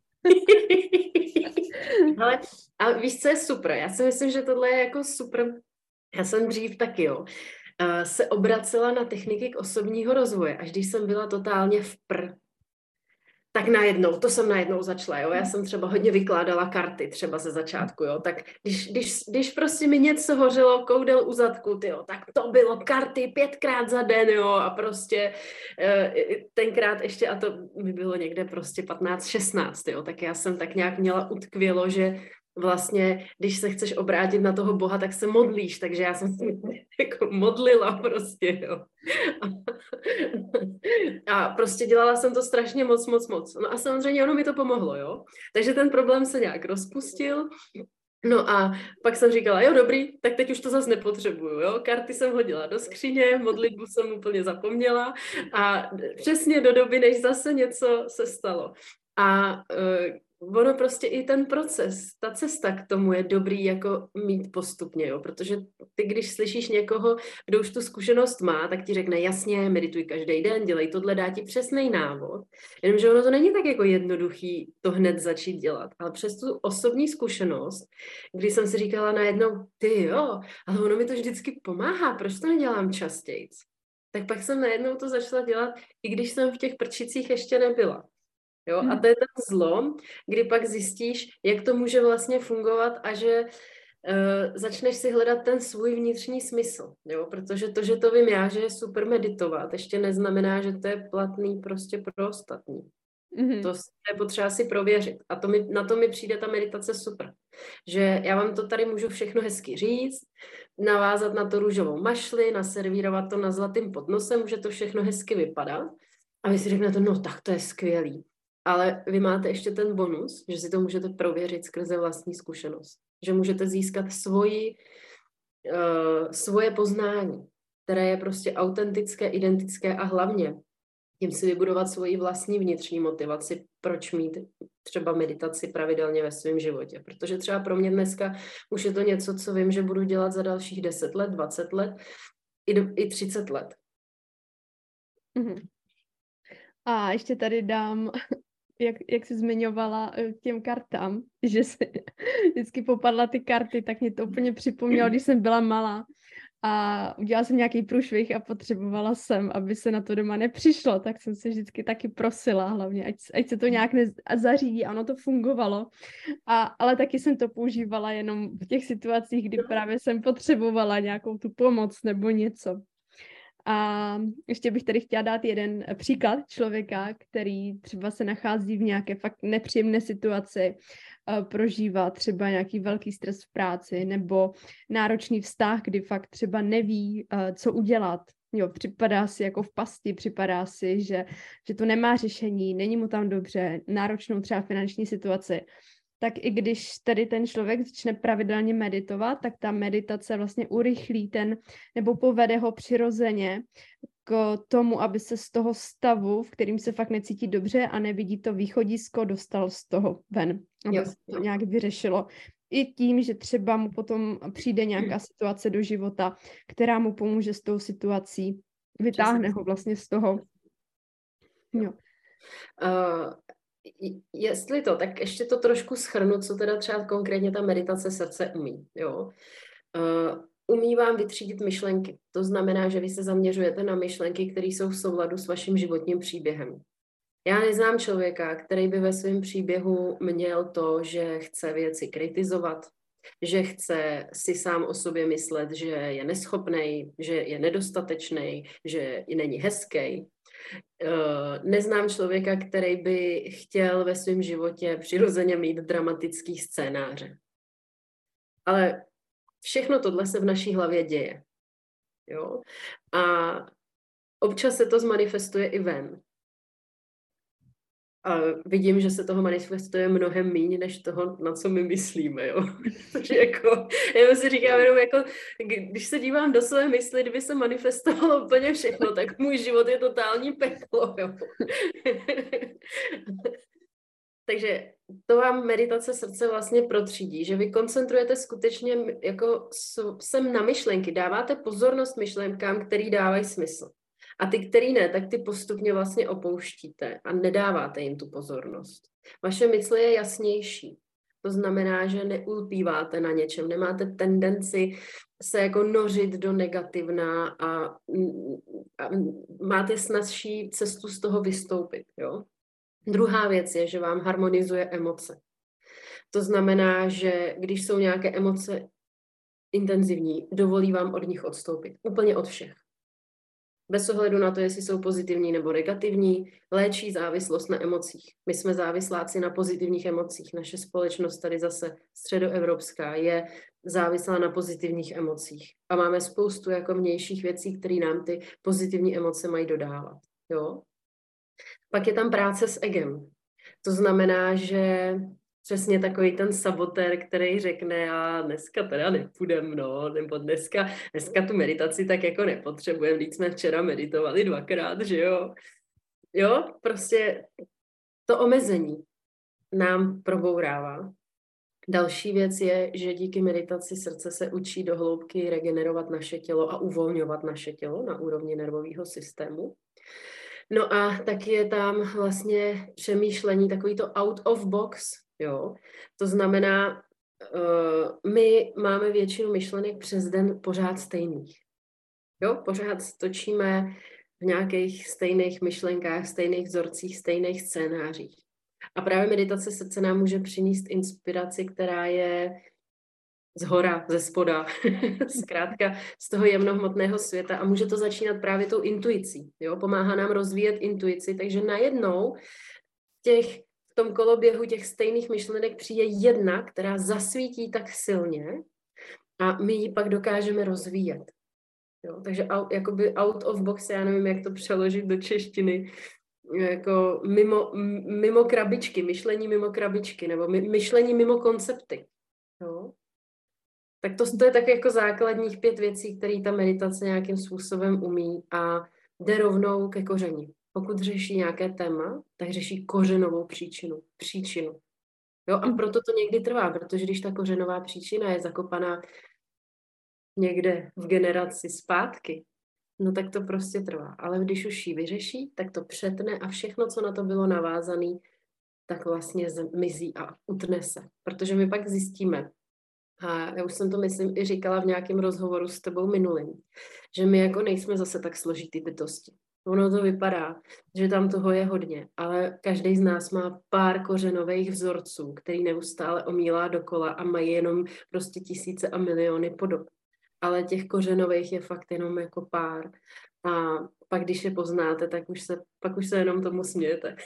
Ale a víš, co je super? Já si myslím, že tohle je jako super. Já jsem dřív taky, jo, se obracela na techniky k osobního rozvoje, až když jsem byla totálně v pr. Tak najednou, to jsem najednou začala, jo. Já jsem třeba hodně vykládala karty, třeba ze začátku, jo. Tak když, když, když prostě mi něco hořelo, koudel u zadku, tyjo, tak to bylo karty pětkrát za den, jo. A prostě tenkrát ještě, a to mi bylo někde prostě patnáct šestnáct, jo. Tak já jsem tak nějak měla utkvělo, že vlastně, když se chceš obrátit na toho Boha, tak se modlíš, takže já jsem se jako modlila prostě, jo. A prostě dělala jsem to strašně moc, moc, moc. No a samozřejmě ono mi to pomohlo, jo. Takže ten problém se nějak rozpustil. No a pak jsem říkala, jo dobrý, tak teď už to zase nepotřebuju, jo. Karty jsem hodila do skříně, modlitbu jsem úplně zapomněla a přesně do doby, než zase něco se stalo. A uh, ono prostě i ten proces, ta cesta k tomu je dobrý jako mít postupně, jo, protože ty, když slyšíš někoho, kdo už tu zkušenost má, tak ti řekne jasně, medituj každý den, dělej tohle, dá ti přesný návod, jenomže ono to není tak jako jednoduchý to hned začít dělat, ale přes tu osobní zkušenost, kdy jsem si říkala najednou, ty jo, ale ono mi to vždycky pomáhá, proč to nedělám častějc? Tak pak jsem najednou to začala dělat, i když jsem v těch prčicích ještě nebyla. Jo? A to je ten zlom, kdy pak zjistíš, jak to může vlastně fungovat a že uh, začneš si hledat ten svůj vnitřní smysl. Jo? Protože to, že to vím já, že je super meditovat, ještě neznamená, že to je platný prostě pro ostatní. Mm-hmm. To je potřeba si prověřit. A to mi, na to mi přijde ta meditace super. Že já vám to tady můžu všechno hezky říct, navázat na to růžovou mašli, naservírovat to na zlatým podnosem, může to všechno hezky vypadat. A vy si řeknete, no tak to je skvělý. Ale vy máte ještě ten bonus, že si to můžete prověřit skrze vlastní zkušenost. Že můžete získat svoji, uh, svoje poznání, které je prostě autentické, identické a hlavně tím si vybudovat svoji vlastní vnitřní motivaci, proč mít třeba meditaci pravidelně ve svém životě. Protože třeba pro mě dneska už je to něco, co vím, že budu dělat za dalších deset let, dvacet let, i, do, i třicet let. Mm-hmm. A ještě tady dám... Jak, jak jsi zmiňovala těm kartám, že se vždycky popadla ty karty, tak mě to úplně připomnělo, když jsem byla malá a udělala jsem nějaký průšvih a potřebovala jsem, aby se na to doma nepřišlo, tak jsem se vždycky taky prosila hlavně, ať, ať se to nějak zařídí a ono to fungovalo. A, ale taky jsem to používala jenom v těch situacích, kdy právě jsem potřebovala nějakou tu pomoc nebo něco. A ještě bych tady chtěla dát jeden příklad člověka, který třeba se nachází v nějaké fakt nepříjemné situaci, prožívá třeba nějaký velký stres v práci nebo náročný vztah, kdy fakt třeba neví, co udělat. Jo, připadá si jako v pasti, připadá si, že, že to nemá řešení, není mu tam dobře, náročnou třeba finanční situaci. Tak i když tady ten člověk začne pravidelně meditovat, tak ta meditace vlastně urychlí ten, nebo povede ho přirozeně k tomu, aby se z toho stavu, v kterým se fakt necítí dobře a nevidí to východisko, dostal z toho ven, aby Jo, se to jo. nějak vyřešilo. I tím, že třeba mu potom přijde nějaká situace do života, která mu pomůže s tou situací, vytáhne ho vlastně z toho. Jo. Uh, jestli to, tak ještě to trošku shrnu, co teda třeba konkrétně ta meditace srdce umí. Jo? Uh, umí vám vytřídit myšlenky. To znamená, že vy se zaměřujete na myšlenky, které jsou v souladu s vaším životním příběhem. Já neznám člověka, který by ve svém příběhu měl to, že chce věci kritizovat, že chce si sám o sobě myslet, že je neschopnej, že je nedostatečný, že není hezký. Neznám člověka, který by chtěl ve svém životě přirozeně mít dramatický scénáře. Ale všechno tohle se v naší hlavě děje. Jo? A občas se to zmanifestuje i ven. A vidím, že se toho manifestuje mnohem méně, než toho, na co my myslíme, jo. Takže jako, já si říkám jenom jako, když se dívám do své mysli, kdyby se manifestovalo úplně všechno, tak můj život je totální peklo, jo. Takže to vám meditace srdce vlastně protřídí, že vy koncentrujete skutečně jako sem na myšlenky, dáváte pozornost myšlenkám, který dávají smysl. A ty, který ne, tak ty postupně vlastně opouštíte a nedáváte jim tu pozornost. Vaše mysl je jasnější. To znamená, že neulpíváte na něčem, nemáte tendenci se jako nořit do negativna a, a máte snazší cestu z toho vystoupit. Jo? Druhá věc je, že vám harmonizuje emoce. To znamená, že když jsou nějaké emoce intenzivní, dovolí vám od nich odstoupit. Úplně od všech. Bez ohledu na to, jestli jsou pozitivní nebo negativní, léčí závislost na emocích. My jsme závisláci na pozitivních emocích. Naše společnost tady zase středoevropská je závislá na pozitivních emocích. A máme spoustu jako vnějších věcí, které nám ty pozitivní emoce mají dodávat. Jo? Pak je tam práce s egem. To znamená, že přesně takový ten sabotér, který řekne, a dneska teda nepůjdem, no, nebo dneska, dneska tu meditaci tak jako nepotřebujeme, když jsme včera meditovali dvakrát, že jo. Jo, prostě to omezení nám probourává. Další věc je, že díky meditaci srdce se učí do hloubky regenerovat naše tělo a uvolňovat naše tělo na úrovni nervového systému. No a taky je tam vlastně přemýšlení, takový to out of box, jo. To znamená, uh, my máme většinu myšlenek přes den pořád stejných. Jo, pořád točíme v nějakých stejných myšlenkách, stejných vzorcích, stejných scénářích. A právě meditace srdce nám může přinést inspiraci, která je zhora, ze spoda, zkrátka z toho jemnohmotného světa a může to začínat právě tou intuicí. Jo? Pomáhá nám rozvíjet intuici, takže najednou těch, v tom koloběhu těch stejných myšlenek přijde jedna, která zasvítí tak silně a my ji pak dokážeme rozvíjet. Jo? Takže out, jakoby out of box, já nevím, jak to přeložit do češtiny, jako mimo, mimo krabičky, myšlení mimo krabičky, nebo my, myšlení mimo koncepty. Jo? Tak to, to je tak jako základních pět věcí, které ta meditace nějakým způsobem umí a jde rovnou ke kořeni. Pokud řeší nějaké téma, tak řeší kořenovou příčinu. příčinu. Jo, a proto to někdy trvá, protože když ta kořenová příčina je zakopaná někde v generaci zpátky, no tak to prostě trvá. Ale když už ji vyřeší, tak to přetne a všechno, co na to bylo navázané, tak vlastně zmizí a utne se. Protože my pak zjistíme, a já už jsem to, myslím, i říkala v nějakém rozhovoru s tebou minulým, že my jako nejsme zase tak složitý bytosti. Ono to vypadá, že tam toho je hodně, ale každý z nás má pár kořenových vzorců, který neustále omílá dokola a mají jenom prostě tisíce a miliony podob. Ale těch kořenových je fakt jenom jako pár. A pak, když je poznáte, tak už se, pak už se jenom tomu smějete.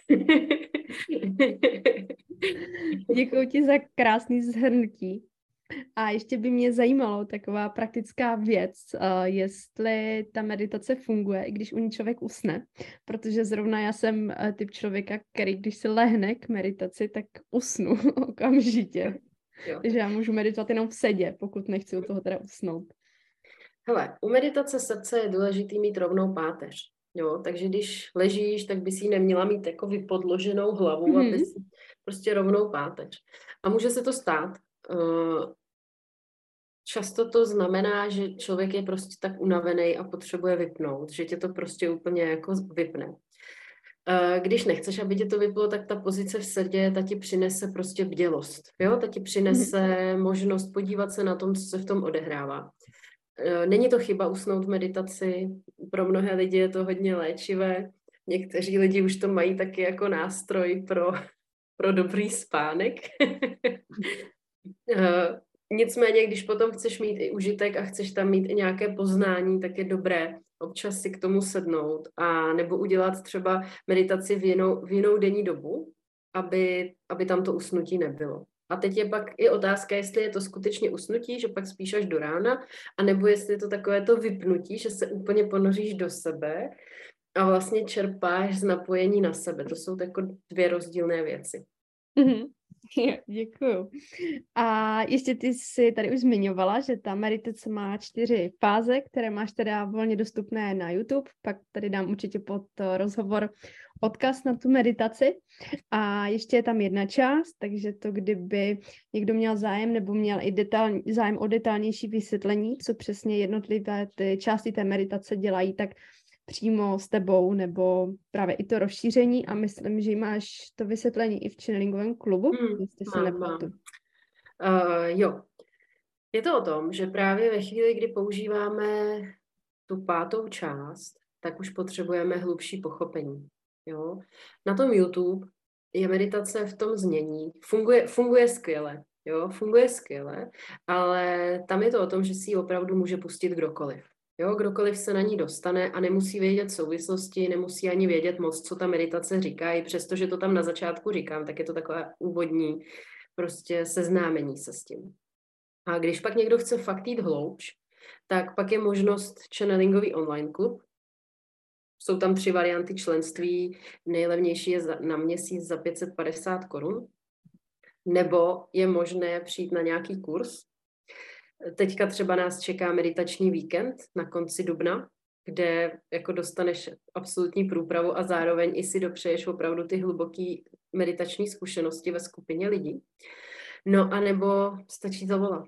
Děkuji ti za krásný shrnutí. A ještě by mě zajímalo taková praktická věc, uh, jestli ta meditace funguje, i když u ní člověk usne, protože zrovna já jsem uh, typ člověka, který když se lehne k meditaci, tak usnu okamžitě. Jo. Takže já můžu meditovat jenom v sedě, pokud nechci u toho teda usnout. Hele, u meditace srdce je důležitý mít rovnou páteř. Jo, takže když ležíš, tak bys jí neměla mít jako vypodloženou hlavu, mm-hmm. aby si prostě rovnou páteř. A může se to stát. Uh, často to znamená, že člověk je prostě tak unavený a potřebuje vypnout, že tě to prostě úplně jako vypne. Uh, když nechceš, aby tě to vyplo, tak ta pozice v srdě, ta ti přinese prostě bdělost. Jo, ta ti přinese mm-hmm. možnost podívat se na tom, co se v tom odehrává. Není to chyba usnout v meditaci, pro mnohé lidi je to hodně léčivé, někteří lidi už to mají taky jako nástroj pro, pro dobrý spánek. Nicméně, když potom chceš mít i užitek a chceš tam mít i nějaké poznání, tak je dobré občas si k tomu sednout a nebo udělat třeba meditaci v jinou, v jinou denní dobu, aby, aby tam to usnutí nebylo. A teď je pak i otázka, jestli je to skutečně usnutí, že pak spíš až do rána, anebo jestli je to takové to vypnutí, že se úplně ponoříš do sebe a vlastně čerpáš z napojení na sebe. To jsou jako dvě rozdílné věci. Mm-hmm. Děkuju. A ještě ty jsi tady už zmiňovala, že ta meditace má čtyři fáze, které máš teda volně dostupné na YouTube. Pak tady dám určitě pod rozhovor odkaz na tu meditaci. A ještě je tam jedna část, takže to, kdyby někdo měl zájem nebo měl i detail, zájem o detailnější vysvětlení, co přesně jednotlivé ty části té meditace dělají, tak přímo s tebou, nebo právě i to rozšíření a myslím, že máš to vysvětlení i v channelingovém klubu, Hmm, jestli se nepletu. Uh, jo. Je to o tom, že právě ve chvíli, kdy používáme tu pátou část, tak už potřebujeme hlubší pochopení. Jo? Na tom YouTube je meditace v tom znění. Funguje, funguje skvěle. Jo? Funguje skvěle, ale tam je to o tom, že si ji opravdu může pustit kdokoliv. Jo, kdokoliv se na ní dostane a nemusí vědět souvislosti, nemusí ani vědět moc, co ta meditace říká, i přestože to tam na začátku říkám, tak je to takové úvodní prostě seznámení se s tím. A když pak někdo chce fakt jít hloubš, tak pak je možnost channelingový online klub. Jsou tam tři varianty členství, nejlevnější je na měsíc za pět set padesát korun, nebo je možné přijít na nějaký kurz. Teďka třeba nás čeká meditační víkend na konci dubna, kde jako dostaneš absolutní průpravu a zároveň i si dopřeješ opravdu ty hluboké meditační zkušenosti ve skupině lidí. No a nebo stačí zavolat.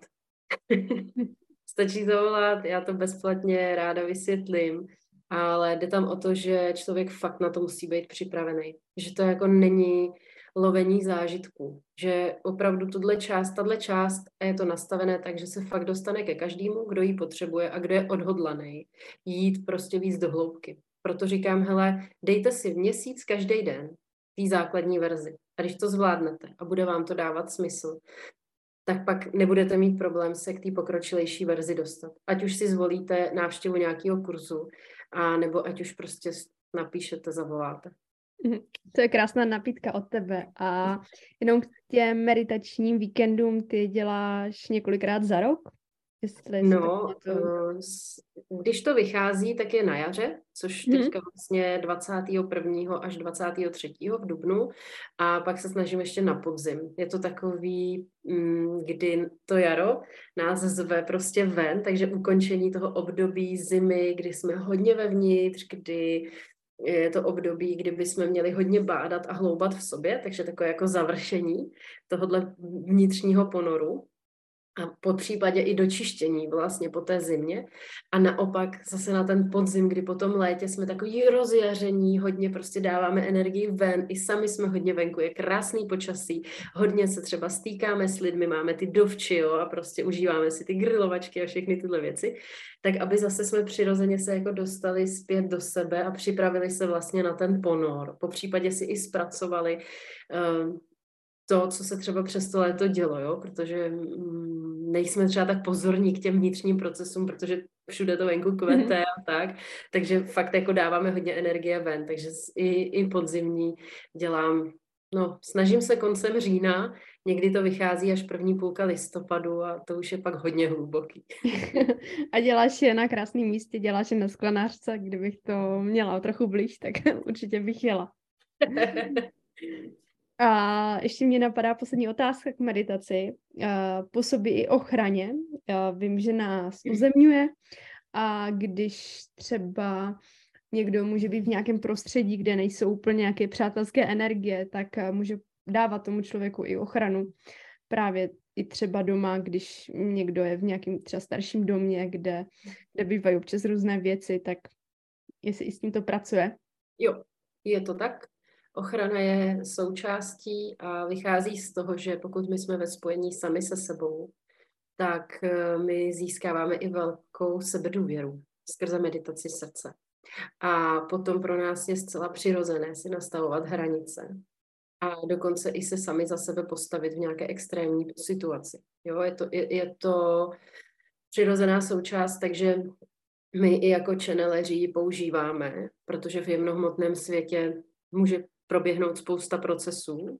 Stačí zavolat, já to bezplatně ráda vysvětlím, ale jde tam o to, že člověk fakt na to musí být připravený. Že to jako není lovení zážitků. Že opravdu tuhle část, tahle část a je to nastavené tak, že se fakt dostane ke každému, kdo ji potřebuje a kdo je odhodlaný jít prostě víc do hloubky. Proto říkám, hele, dejte si v měsíc každý den té základní verzi. A když to zvládnete a bude vám to dávat smysl, tak pak nebudete mít problém se k té pokročilejší verzi dostat. Ať už si zvolíte návštěvu nějakého kurzu, a nebo ať už prostě napíšete, zavoláte. To je krásná nabídka od tebe. A jenom k těm meditačním víkendům ty děláš několikrát za rok? Jestli No, to... když to vychází, tak je na jaře, což hmm. teďka vlastně dvacátého prvního až dvacátého třetího v dubnu a pak se snažím ještě na podzim. Je to takový, kdy to jaro nás zve prostě ven, takže ukončení toho období zimy, kdy jsme hodně vevnitř, kdy je to období, kdy bychom měli hodně bádat a hloubat v sobě, takže takové jako završení tohohle vnitřního ponoru. A po případě i dočištění vlastně po té zimě. A naopak zase na ten podzim, kdy po tom létě jsme takový rozjaření, hodně prostě dáváme energii ven, i sami jsme hodně venku, je krásný počasí, hodně se třeba stýkáme s lidmi, máme ty dovči, jo, a prostě užíváme si ty grilovačky a všechny tyhle věci, tak aby zase jsme přirozeně se jako dostali zpět do sebe a připravili se vlastně na ten ponor. Po případě si i zpracovali uh, to, co se třeba přes to léto dělo, jo? Protože nejsme třeba tak pozorní k těm vnitřním procesům, protože všude to venku kvete a tak, takže fakt jako dáváme hodně energie ven, takže i, i podzimní dělám, no snažím se koncem října, někdy to vychází až první půlka listopadu a to už je pak hodně hluboký. A děláš je na krásném místě, děláš je na sklenářce, kdybych to měla trochu blíž, tak určitě bych jela. A ještě mě napadá poslední otázka k meditaci. Působí i ochraně. Vím, že nás uzemňuje a když třeba někdo může být v nějakém prostředí, kde nejsou úplně nějaké přátelské energie, tak může dávat tomu člověku i ochranu. Právě i třeba doma, když někdo je v nějakém třeba starším domě, kde, kde bývají občas různé věci, tak jestli i s tím to pracuje. Jo, je to tak. Ochrana je součástí a vychází z toho, že pokud my jsme ve spojení sami se sebou, tak my získáváme i velkou sebedůvěru skrze meditaci srdce. A potom pro nás je zcela přirozené si nastavovat hranice a dokonce i se sami za sebe postavit v nějaké extrémní situaci. Jo, je to, je, je to přirozená součást, takže my i jako čeneleři ji používáme, protože v jemnohmotném světě může proběhnout spousta procesů,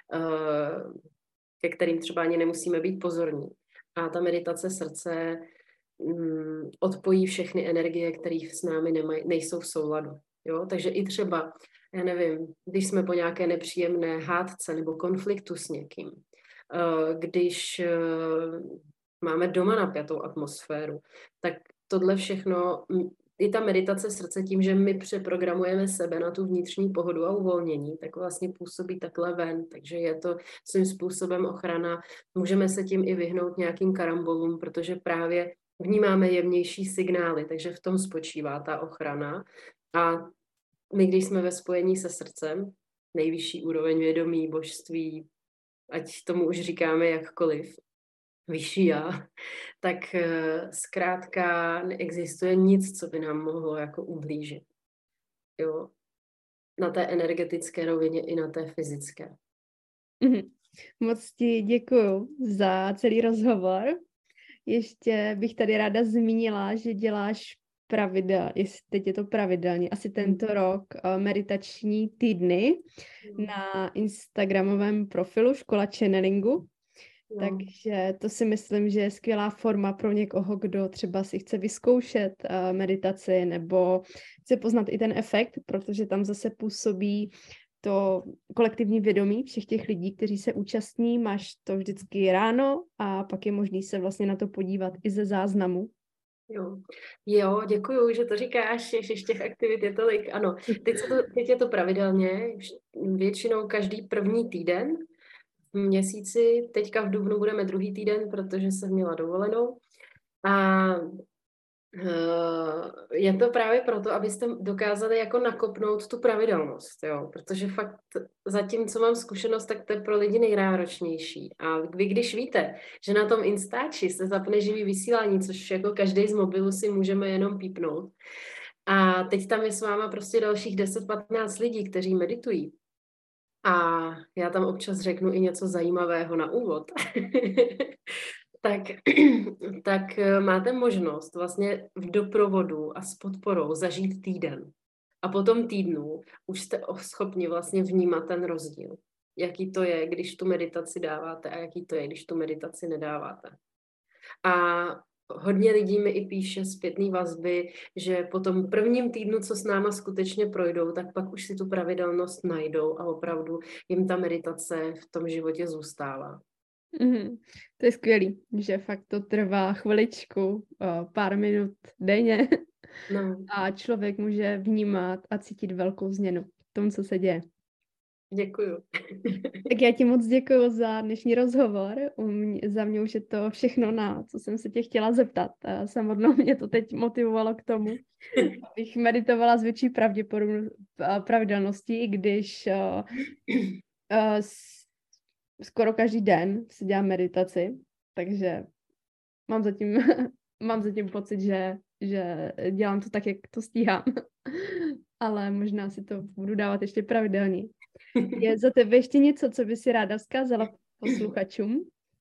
ke kterým třeba ani nemusíme být pozorní. A ta meditace srdce mm, odpojí všechny energie, které s námi nemaj, nejsou v souladu. Jo? Takže i třeba, já nevím, když jsme po nějaké nepříjemné hádce nebo konfliktu s někým, když máme doma napjatou atmosféru, tak tohle všechno, i ta meditace srdce tím, že my přeprogramujeme sebe na tu vnitřní pohodu a uvolnění, tak vlastně působí takhle ven. Takže je to svým způsobem ochrana. Můžeme se tím i vyhnout nějakým karambolům, protože právě vnímáme jemnější signály, takže v tom spočívá ta ochrana. A my, když jsme ve spojení se srdcem, nejvyšší úroveň vědomí, božství, ať tomu už říkáme jakkoliv, vyšší já, tak zkrátka neexistuje nic, co by nám mohlo jako ublížit. Jo? Na té energetické rovině i na té fyzické. Mm-hmm. Moc ti děkuju za celý rozhovor. Ještě bych tady ráda zmínila, že děláš pravidel, jestli teď je to pravidelně, asi tento rok meditační týdny na instagramovém profilu Škola channelingu. No. Takže to si myslím, že je skvělá forma pro někoho, kdo třeba si chce vyzkoušet uh, meditaci nebo chce poznat i ten efekt, protože tam zase působí to kolektivní vědomí všech těch lidí, kteří se účastní. Máš to vždycky ráno a pak je možný se vlastně na to podívat i ze záznamu. Jo, jo, děkuju, že to říkáš, že těch aktivit je tolik. Ano, teď, to, teď je to pravidelně, většinou každý první týden v měsíci, teďka v dubnu budeme druhý týden, protože jsem měla dovolenou. A je to právě proto, abyste dokázali jako nakopnout tu pravidelnost, jo, protože fakt zatím, co mám zkušenost, tak to je pro lidi nejnáročnější. A vy, když víte, že na tom Instači se zapne živý vysílání, což jako každý z mobilu si můžeme jenom pípnout, a teď tam je s váma prostě dalších deset patnáct lidí, kteří meditují. A já tam občas řeknu i něco zajímavého na úvod. tak, tak máte možnost vlastně v doprovodu a s podporou zažít týden. A po tom týdnu už jste schopni vlastně vnímat ten rozdíl. Jaký to je, když tu meditaci dáváte a jaký to je, když tu meditaci nedáváte. A hodně lidí mi i píše zpětný vazby, že po tom prvním týdnu, co s náma skutečně projdou, tak pak už si tu pravidelnost najdou a opravdu jim ta meditace v tom životě zůstává. Mm, to je skvělý, že fakt to trvá chviličku, pár minut denně no. A člověk může vnímat a cítit velkou změnu v tom, co se děje. Děkuju. Tak já ti moc děkuju za dnešní rozhovor. Um, za mě už je to všechno, na co jsem se tě chtěla zeptat. A samotnou mě to teď motivovalo k tomu, abych meditovala s větší pravidelností, i když uh, uh, skoro každý den si dělám meditaci, takže mám zatím, mám zatím pocit, že, že dělám to tak, jak to stíhám. Ale možná si to budu dávat ještě pravidelně. Je za tebe ještě něco, co by si ráda vzkázala posluchačům?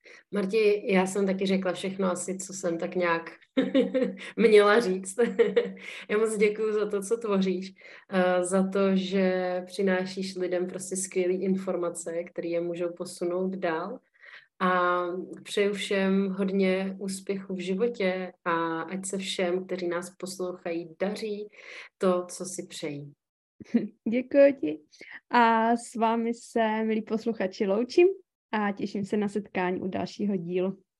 Marti, já jsem taky řekla všechno asi, co jsem tak nějak měla říct. Já moc děkuju za to, co tvoříš, za to, že přinášíš lidem prostě skvělé informace, které je můžou posunout dál. A přeju všem hodně úspěchu v životě a ať se všem, kteří nás poslouchají, daří to, co si přejí. Děkuji ti. A s vámi se, milí posluchači, loučím a těším se na setkání u dalšího dílu.